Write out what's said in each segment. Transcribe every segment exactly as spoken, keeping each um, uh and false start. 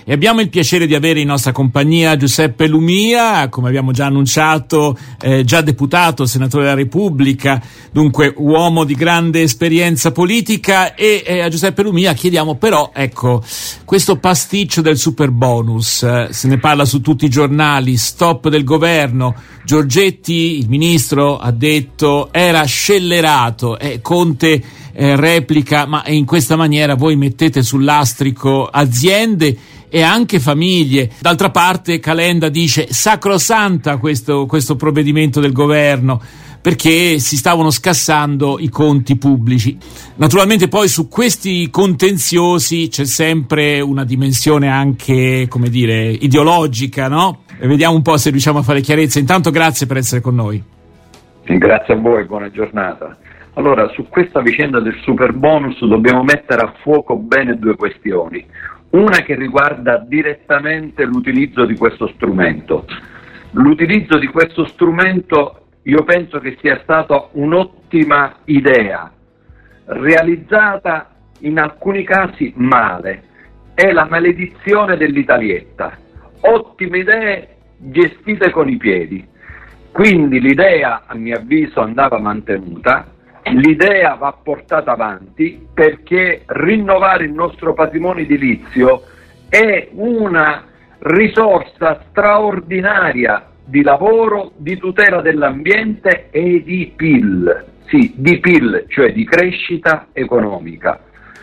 e abbiamo il piacere di avere in nostra compagnia Giuseppe Lumia, come abbiamo già annunciato, eh, già deputato, senatore della Repubblica, dunque uomo di grande esperienza politica, e eh, a Giuseppe Lumia chiediamo però, ecco, questo pasticcio del super bonus, eh, se ne parla su tutti i giornali, stop del governo, Giorgetti, il ministro, ha detto era scellerato, eh, Conte eh, replica, ma in questa maniera voi mettete sul lastrico aziende e anche famiglie. D'altra parte Calenda dice sacrosanta questo, questo provvedimento del governo, perché si stavano scassando i conti pubblici. Naturalmente poi su questi contenziosi c'è sempre una dimensione anche, come dire, ideologica, no? E vediamo un po' se riusciamo a fare chiarezza. Intanto grazie per essere con noi. Grazie a voi, buona giornata. Allora, su questa vicenda del super bonus dobbiamo mettere a fuoco bene due questioni. Una che riguarda direttamente l'utilizzo di questo strumento. L'utilizzo di questo strumento io penso che sia stata un'ottima idea, realizzata in alcuni casi male. È la maledizione dell'Italietta. Ottime idee gestite con i piedi. Quindi l'idea, a mio avviso, andava mantenuta, l'idea va portata avanti, perché rinnovare il nostro patrimonio edilizio è una risorsa straordinaria di lavoro, di tutela dell'ambiente e di P I L, sì, di P I L, cioè di crescita economica.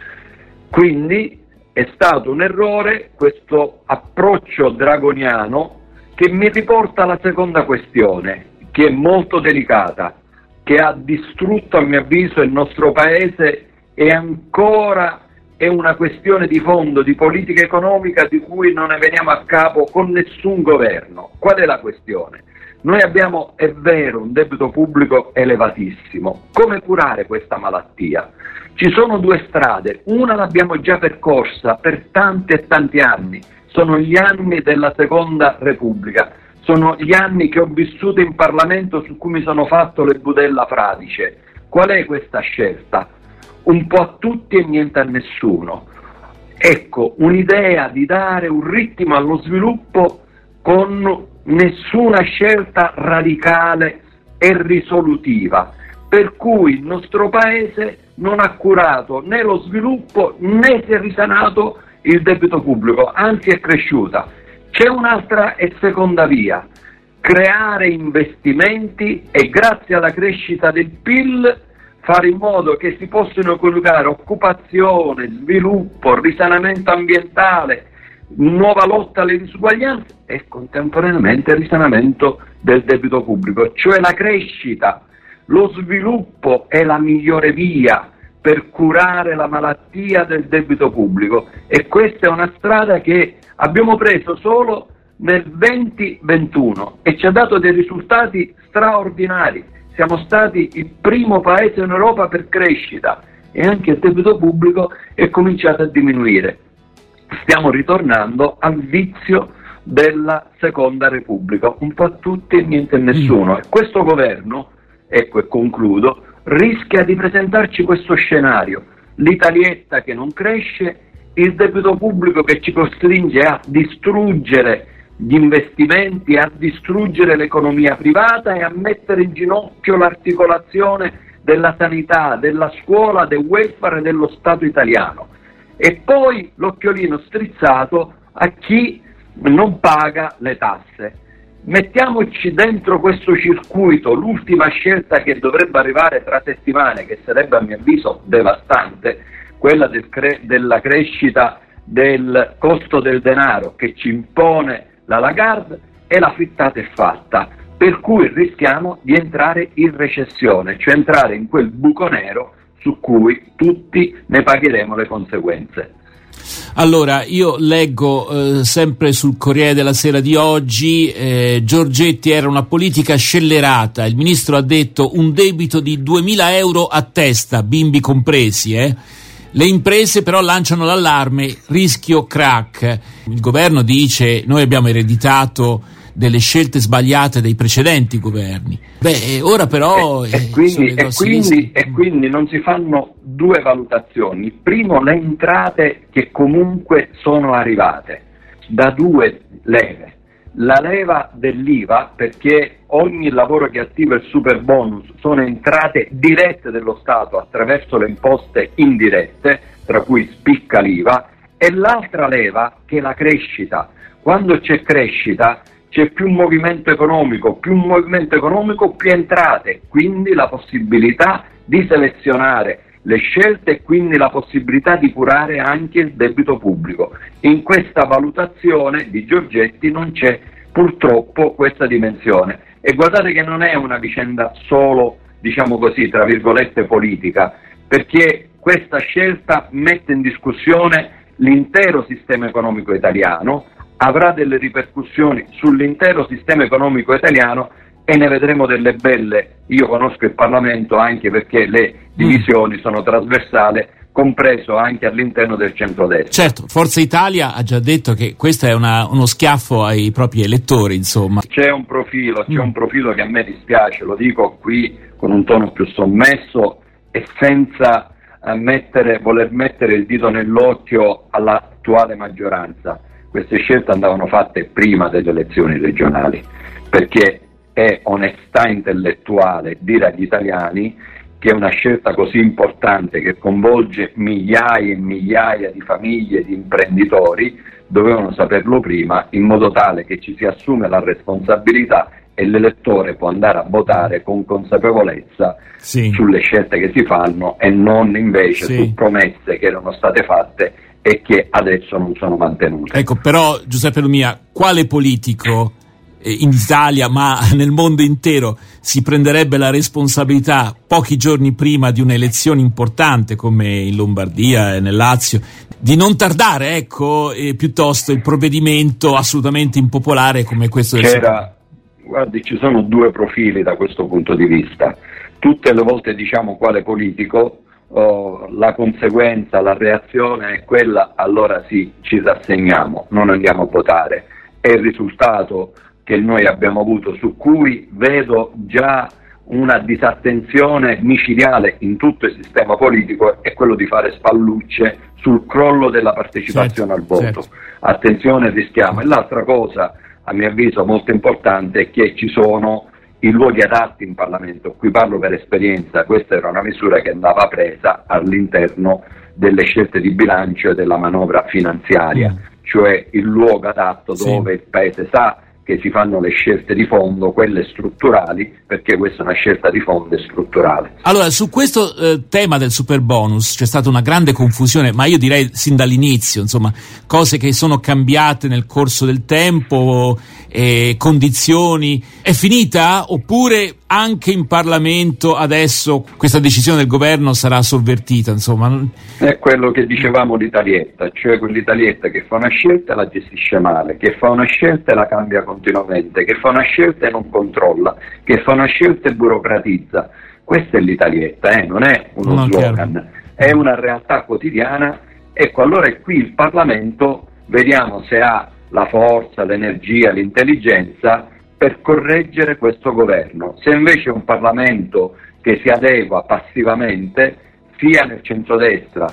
Quindi è stato un errore questo approccio draconiano, che mi riporta alla seconda questione, che è molto delicata, che ha distrutto a mio avviso il nostro paese e ancora è una questione di fondo, di politica economica, di cui non ne veniamo a capo con nessun governo. Qual è la questione? Noi abbiamo, è vero, un debito pubblico elevatissimo. Come curare questa malattia? Ci sono due strade, una l'abbiamo già percorsa per tanti e tanti anni, sono gli anni della Seconda Repubblica, sono gli anni che ho vissuto in Parlamento, su cui mi sono fatto le budella fradicie. Qual è questa scelta? Un po' a tutti e niente a nessuno. Ecco, un'idea di dare un ritmo allo sviluppo con nessuna scelta radicale e risolutiva, per cui il nostro paese non ha curato né lo sviluppo né si è risanato il debito pubblico, anzi è cresciuta. C'è un'altra e seconda via: creare investimenti e grazie alla crescita del P I L fare in modo che si possano coniugare occupazione, sviluppo, risanamento ambientale, nuova lotta alle disuguaglianze e contemporaneamente il risanamento del debito pubblico, cioè la crescita. Lo sviluppo è la migliore via per curare la malattia del debito pubblico e questa è una strada che abbiamo preso solo nel venti ventuno e ci ha dato dei risultati straordinari. Siamo stati il primo paese in Europa per crescita e anche il debito pubblico è cominciato a diminuire. Stiamo ritornando al vizio della Seconda Repubblica, un po' a tutti e niente a nessuno. E questo governo, ecco e concludo, rischia di presentarci questo scenario: l'Italietta che non cresce, il debito pubblico che ci costringe a distruggere gli investimenti, a distruggere l'economia privata e a mettere in ginocchio l'articolazione della sanità, della scuola, del welfare e dello Stato italiano. E poi l'occhiolino strizzato a chi non paga le tasse. Mettiamoci dentro questo circuito l'ultima scelta che dovrebbe arrivare tra settimane, che sarebbe a mio avviso devastante, quella del cre- della crescita del costo del denaro che ci impone la Lagarde, e la frittata è fatta, per cui rischiamo di entrare in recessione, cioè entrare in quel buco nero su cui tutti ne pagheremo le conseguenze. Allora, io leggo eh, sempre sul Corriere della Sera di oggi, eh, Giorgetti era una politica scellerata, il ministro ha detto un debito di duemila euro a testa, bimbi compresi, eh. Le imprese però lanciano l'allarme, rischio crack. Il governo dice noi abbiamo ereditato delle scelte sbagliate dei precedenti governi. Beh, ora però... E, e, quindi, e, quindi, e quindi non si fanno due valutazioni. Primo, le entrate che comunque sono arrivate. da due leve. La leva dell'I V A, perché ogni lavoro che attiva il super bonus sono entrate dirette dello Stato attraverso le imposte indirette, tra cui spicca l'I V A, e l'altra leva che è la crescita. Quando c'è crescita c'è più movimento economico, più movimento economico, più entrate, quindi la possibilità di selezionare le scelte e quindi la possibilità di curare anche il debito pubblico. In questa valutazione di Giorgetti non c'è purtroppo questa dimensione, e guardate che non è una vicenda solo, diciamo così, tra virgolette politica, perché questa scelta mette in discussione l'intero sistema economico italiano, avrà delle ripercussioni sull'intero sistema economico italiano e ne vedremo delle belle. Io conosco il Parlamento anche perché le divisioni sono trasversali, compreso anche all'interno del centrodestra. Certo, Forza Italia ha già detto che questo è una, uno schiaffo ai propri elettori, insomma. C'è un profilo, c'è mm. un profilo che a me dispiace, lo dico qui con un tono più sommesso e senza eh, mettere, voler mettere il dito nell'occhio all'attuale maggioranza. Queste scelte andavano fatte prima delle elezioni regionali, perché è onestà intellettuale dire agli italiani che una scelta così importante che coinvolge migliaia e migliaia di famiglie, di imprenditori, dovevano saperlo prima, in modo tale che ci si assume la responsabilità e l'elettore può andare a votare con consapevolezza sì. sulle scelte che si fanno e non invece sì. su promesse che erano state fatte e che adesso non sono mantenute. Ecco, però Giuseppe Lumia, quale politico in Italia, ma nel mondo intero, si prenderebbe la responsabilità pochi giorni prima di un'elezione importante come in Lombardia e nel Lazio di non tardare, ecco, e piuttosto il provvedimento assolutamente impopolare come questo del C'era, guardi, ci sono due profili da questo punto di vista. Tutte le volte diciamo quale politico, oh, la conseguenza, la reazione è quella, allora sì, ci rassegniamo, non andiamo a votare. È il risultato che noi abbiamo avuto, su cui vedo già una disattenzione micidiale in tutto il sistema politico, è quello di fare spallucce sul crollo della partecipazione certo, al voto. Certo. Attenzione, rischiamo. E l'altra cosa, a mio avviso molto importante, è che ci sono i luoghi adatti in Parlamento. Qui parlo per esperienza, questa era una misura che andava presa all'interno delle scelte di bilancio e della manovra finanziaria, mm. cioè il luogo adatto dove sì. il Paese sa che si fanno le scelte di fondo, quelle strutturali, perché questa è una scelta di fondo e strutturale. Allora, su questo eh, tema del super bonus c'è stata una grande confusione, ma io direi sin dall'inizio, insomma, cose che sono cambiate nel corso del tempo, eh, condizioni. È finita? Oppure anche in Parlamento adesso questa decisione del governo sarà sovvertita, insomma? È quello che dicevamo d'Italietta, cioè quell'Italietta che fa una scelta e la gestisce male, che fa una scelta e la cambia continuamente, che fa una scelta e non controlla, che fa una scelta e burocratizza. Questa è l'Italietta, eh? non è uno non slogan, chiaro. È una realtà quotidiana. Ecco, allora è qui il Parlamento, vediamo se ha la forza, l'energia, l'intelligenza per correggere questo governo. Se invece è un Parlamento che si adegua passivamente, sia nel centrodestra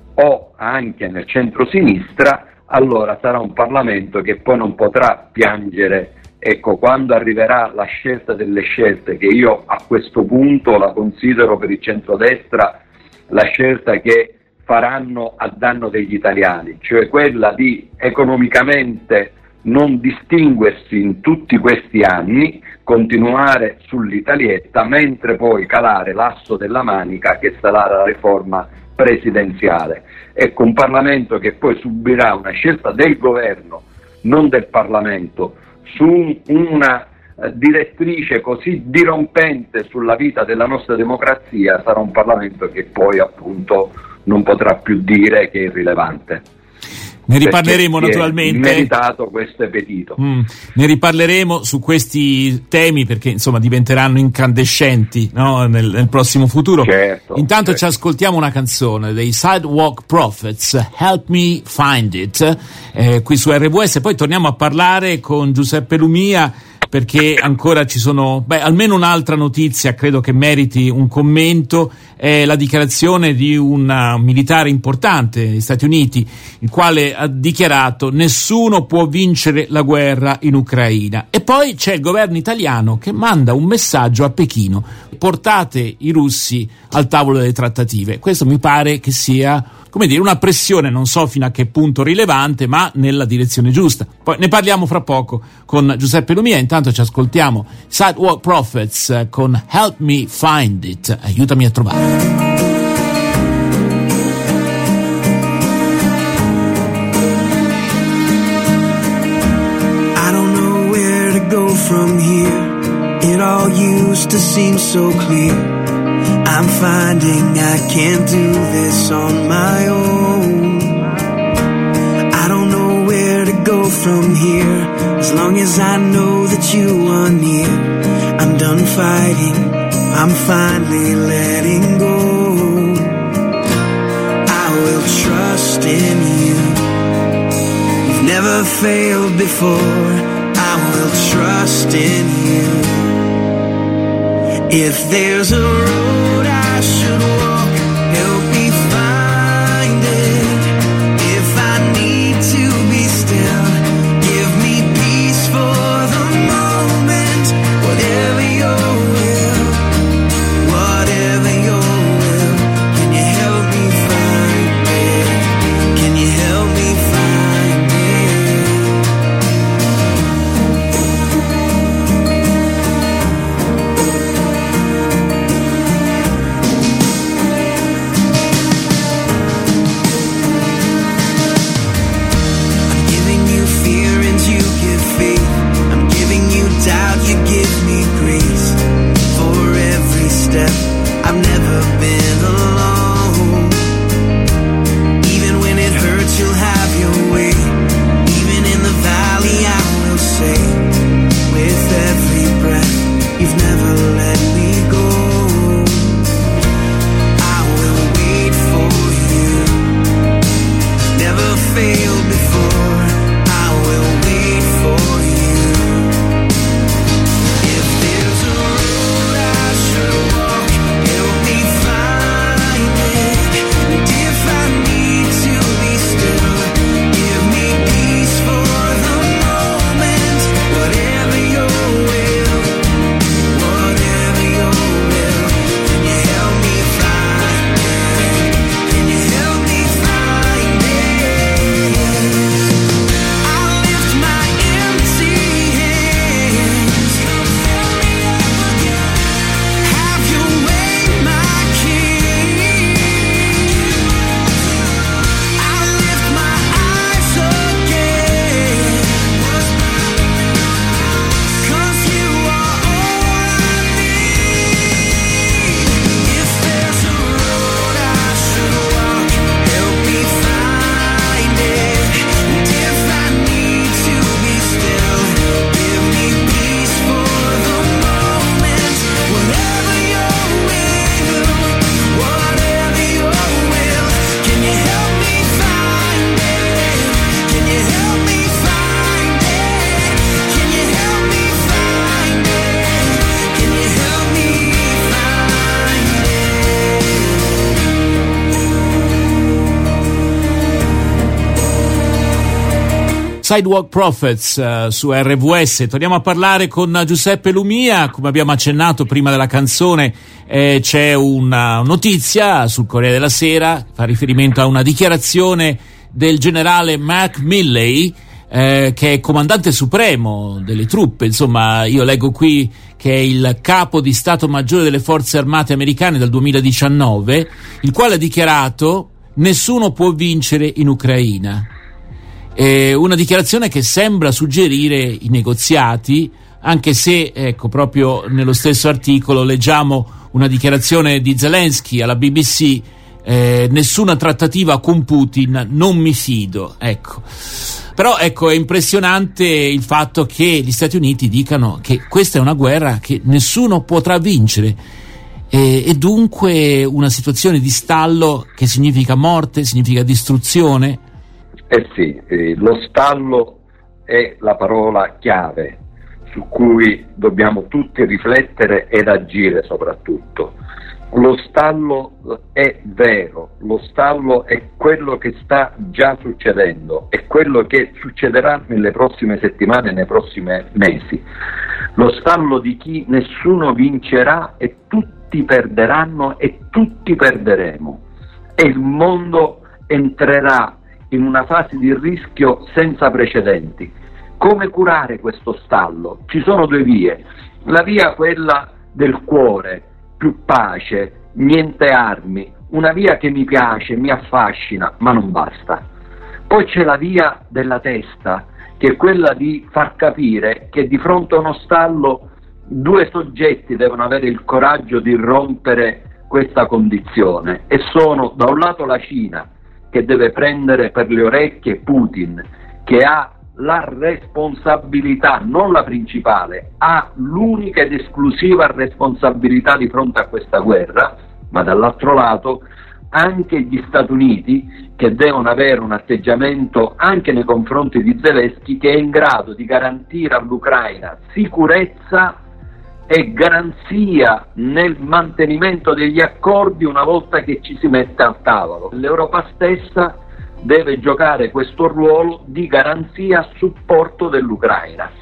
o anche nel centrosinistra, allora sarà un Parlamento che poi non potrà piangere, ecco, quando arriverà la scelta delle scelte, che io a questo punto la considero per il centrodestra la scelta che faranno a danno degli italiani, cioè quella di economicamente non distinguersi in tutti questi anni, continuare sull'Italietta, mentre poi calare l'asso della manica che sarà la riforma presidenziale. Ecco, un Parlamento che poi subirà una scelta del governo, non del Parlamento, su una direttrice così dirompente sulla vita della nostra democrazia, sarà un Parlamento che poi appunto non potrà più dire che è irrilevante. Ne riparleremo naturalmente. È meritato questo appetito. Mm, ne riparleremo su questi temi perché insomma diventeranno incandescenti, no? nel, nel prossimo futuro. Certo, Intanto certo. ci ascoltiamo una canzone dei Sidewalk Prophets, Help Me Find It, eh, qui su R W S, poi torniamo a parlare con Giuseppe Lumia perché ancora ci sono, beh, almeno un'altra notizia credo che meriti un commento, è la dichiarazione di un militare importante degli Stati Uniti, il quale ha dichiarato: nessuno può vincere la guerra in Ucraina. E poi c'è il governo italiano che manda un messaggio a Pechino: portate i russi al tavolo delle trattative. Questo mi pare che sia, come dire, una pressione, non so fino a che punto rilevante, ma nella direzione giusta. Poi ne parliamo fra poco con Giuseppe Lumia. Intanto ci ascoltiamo Sidewalk Prophets con Help Me Find It, aiutami a trovare. I don't know where to go from here. It all used to seem so clear. I'm finding I can't do this on my own. I don't know where to go from here. As long as I know that you are near, I'm done fighting, I'm finally letting go. I will trust in you. You've never failed before. I will trust in you. If there's a road I should walk, help me find it. If I need to be still, give me peace for the moment. Whatever your will, whatever your will, can you help me find it? Can you help me find it? I've never been alone. Even when it hurts, you'll have your way. Even in the valley, I will say, with every breath, you've never let me go. I will wait for you. Never failed before. I will wait for you. If there's a road I should walk, help me find it. And if I need to be still, give me peace for the moment. Whatever your will, whatever your will, can you help me find it? Can you help me find it? I'll lift my empty hands. Fill me up again. Have your way, my King. I lift my eyes again, 'cause you are all I need. If there's a road I should walk, help me find it. And if I need to be still, give me peace for the moment. Whatever your will, whatever your will, can you help me find it? Can you help me find it? Can you help me find it? Can you help me find it? Sidewalk Prophets uh, su R V S. Torniamo a parlare con Giuseppe Lumia. Come abbiamo accennato prima della canzone, eh, c'è una notizia sul Corriere della Sera, fa riferimento a una dichiarazione del generale Mark Milley, eh, che è comandante supremo delle truppe. Insomma, io leggo qui che è il capo di Stato Maggiore delle Forze Armate americane dal duemiladiciannove, il quale ha dichiarato: nessuno può vincere in Ucraina. Eh, una dichiarazione che sembra suggerire i negoziati, anche se, ecco, proprio nello stesso articolo leggiamo una dichiarazione di Zelensky alla B B C: eh, nessuna trattativa con Putin, non mi fido. Ecco. Però ecco, è impressionante il fatto che gli Stati Uniti dicano che questa è una guerra che nessuno potrà vincere, e, e dunque una situazione di stallo che significa morte, significa distruzione. Eh sì, eh, lo stallo è la parola chiave. su cui dobbiamo tutti riflettere ed agire soprattutto. Lo stallo è vero, lo stallo è quello che sta già succedendo, è quello che succederà nelle prossime settimane, nei prossimi mesi. Lo stallo di chi nessuno vincerà e tutti perderanno e tutti perderemo. E il mondo entrerà in una fase di rischio senza precedenti. Come curare questo stallo? Ci sono due vie. La via quella del cuore, più pace, niente armi, una via che mi piace, mi affascina, ma non basta. Poi c'è la via della testa, che è quella di far capire che di fronte a uno stallo due soggetti devono avere il coraggio di rompere questa condizione, e sono da un lato la Cina, che deve prendere per le orecchie Putin, che ha la responsabilità, non la principale, ha l'unica ed esclusiva responsabilità di fronte a questa guerra, ma dall'altro lato anche gli Stati Uniti, che devono avere un atteggiamento anche nei confronti di Zelensky, che è in grado di garantire all'Ucraina sicurezza e garanzia nel mantenimento degli accordi una volta che ci si mette al tavolo. L'Europa stessa deve giocare questo ruolo di garanzia a supporto dell'Ucraina.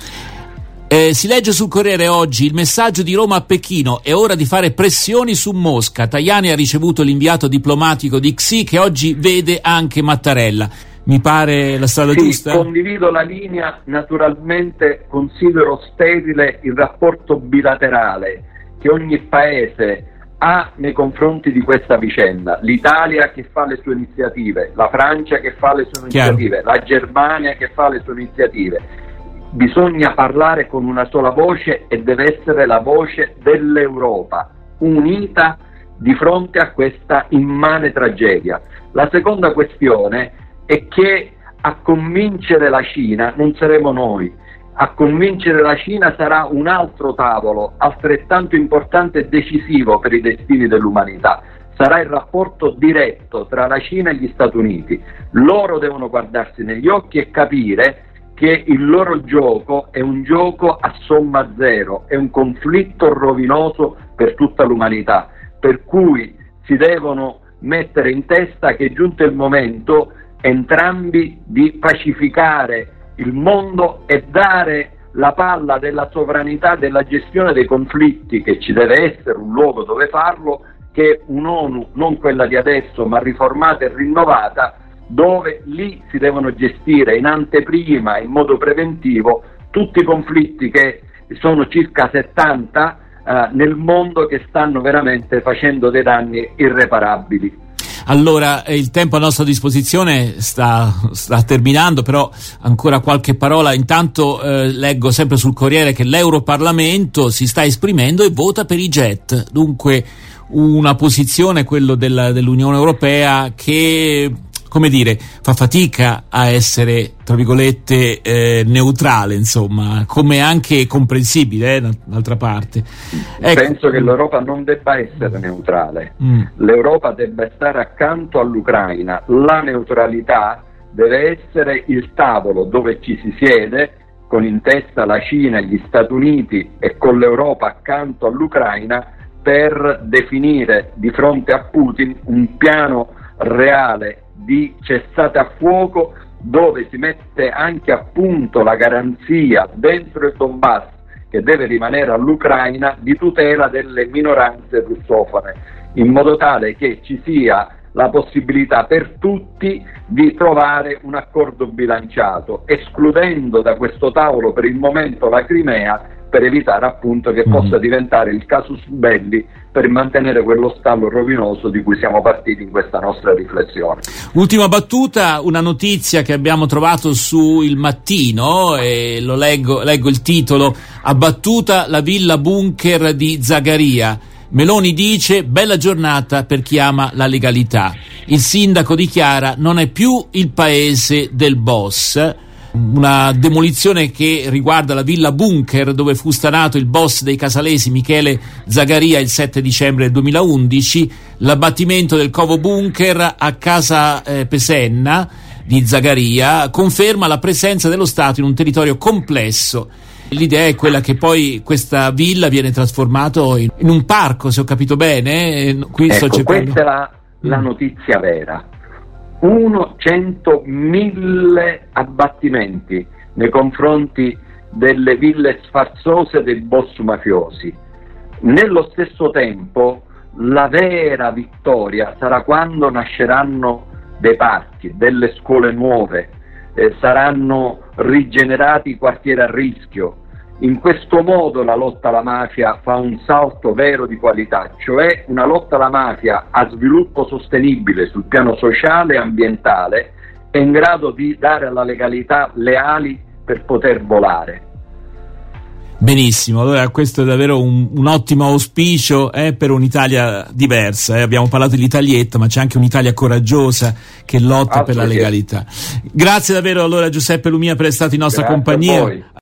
Eh, si legge sul Corriere oggi il messaggio di Roma a Pechino: è ora di fare pressioni su Mosca. Tajani ha ricevuto l'inviato diplomatico di Xi, che oggi vede anche Mattarella. Mi pare la strada sì, giusta? Condivido la linea, naturalmente considero sterile il rapporto bilaterale che ogni paese ha nei confronti di questa vicenda. L'Italia che fa le sue iniziative, la Francia che fa le sue Chiaro. iniziative, la Germania che fa le sue iniziative. Bisogna parlare con una sola voce, e deve essere la voce dell'Europa, unita di fronte a questa immane tragedia. La seconda questione è che a convincere la Cina non saremo noi. A convincere la Cina sarà un altro tavolo altrettanto importante e decisivo per i destini dell'umanità. Sarà il rapporto diretto tra la Cina e gli Stati Uniti. Loro devono guardarsi negli occhi e capire che il loro gioco è un gioco a somma zero, è un conflitto rovinoso per tutta l'umanità, per cui si devono mettere in testa che è giunto il momento entrambi di pacificare il mondo e dare la palla della sovranità, della gestione dei conflitti, che ci deve essere un luogo dove farlo, che è un'ONU, non quella di adesso, ma riformata e rinnovata, dove lì si devono gestire in anteprima, in modo preventivo, tutti i conflitti, che sono circa settanta eh, nel mondo, che stanno veramente facendo dei danni irreparabili. Allora, il tempo a nostra disposizione sta, sta terminando, però ancora qualche parola. Intanto eh, leggo sempre sul Corriere che l'Europarlamento si sta esprimendo e vota per i jet, dunque una posizione, quello della, dell'Unione Europea, che, come dire, fa fatica a essere, tra virgolette, eh, neutrale, insomma, come anche comprensibile, eh, d'altra parte. Ecco. Penso che l'Europa non debba essere neutrale, Mm. l'Europa debba stare accanto all'Ucraina. La neutralità deve essere il tavolo dove ci si siede, con in testa la Cina e gli Stati Uniti, e con l'Europa accanto all'Ucraina, per definire di fronte a Putin un piano reale di cessate a fuoco, dove si mette anche a punto la garanzia dentro il Donbass, che deve rimanere all'Ucraina, di tutela delle minoranze russofone, in modo tale che ci sia la possibilità per tutti di trovare un accordo bilanciato, escludendo da questo tavolo per il momento la Crimea, per evitare appunto che possa diventare il casus belli per mantenere quello stallo rovinoso di cui siamo partiti in questa nostra riflessione. Ultima battuta, una notizia che abbiamo trovato su Il Mattino, e lo leggo, leggo il titolo: abbattuta la villa bunker di Zagaria. Meloni dice: bella giornata per chi ama la legalità. Il sindaco dichiara: non è più il paese del boss. Una demolizione che riguarda la villa bunker, dove fu stanato il boss dei casalesi Michele Zagaria il sette dicembre del duemilaundici. L'abbattimento del covo bunker a casa eh, Pesenna di Zagaria conferma la presenza dello Stato in un territorio complesso L'idea è quella che poi questa villa viene trasformata in, in un parco, se ho capito bene. Qui ecco, sto cercando... questa è la, la notizia vera. Uno, cento, mille abbattimenti nei confronti delle ville sfarzose dei boss mafiosi. Nello stesso tempo la vera vittoria sarà quando nasceranno dei parchi, delle scuole nuove, eh, saranno rigenerati i quartieri a rischio. In questo modo la lotta alla mafia fa un salto vero di qualità, cioè una lotta alla mafia a sviluppo sostenibile sul piano sociale e ambientale, è in grado di dare alla legalità le ali per poter volare. Benissimo, allora questo è davvero un, un ottimo auspicio eh, per un'Italia diversa. Eh. Abbiamo parlato dell'Italietta, ma c'è anche un'Italia coraggiosa che lotta per la legalità. Grazie davvero allora Giuseppe Lumia per essere stato in nostra Grazie compagnia.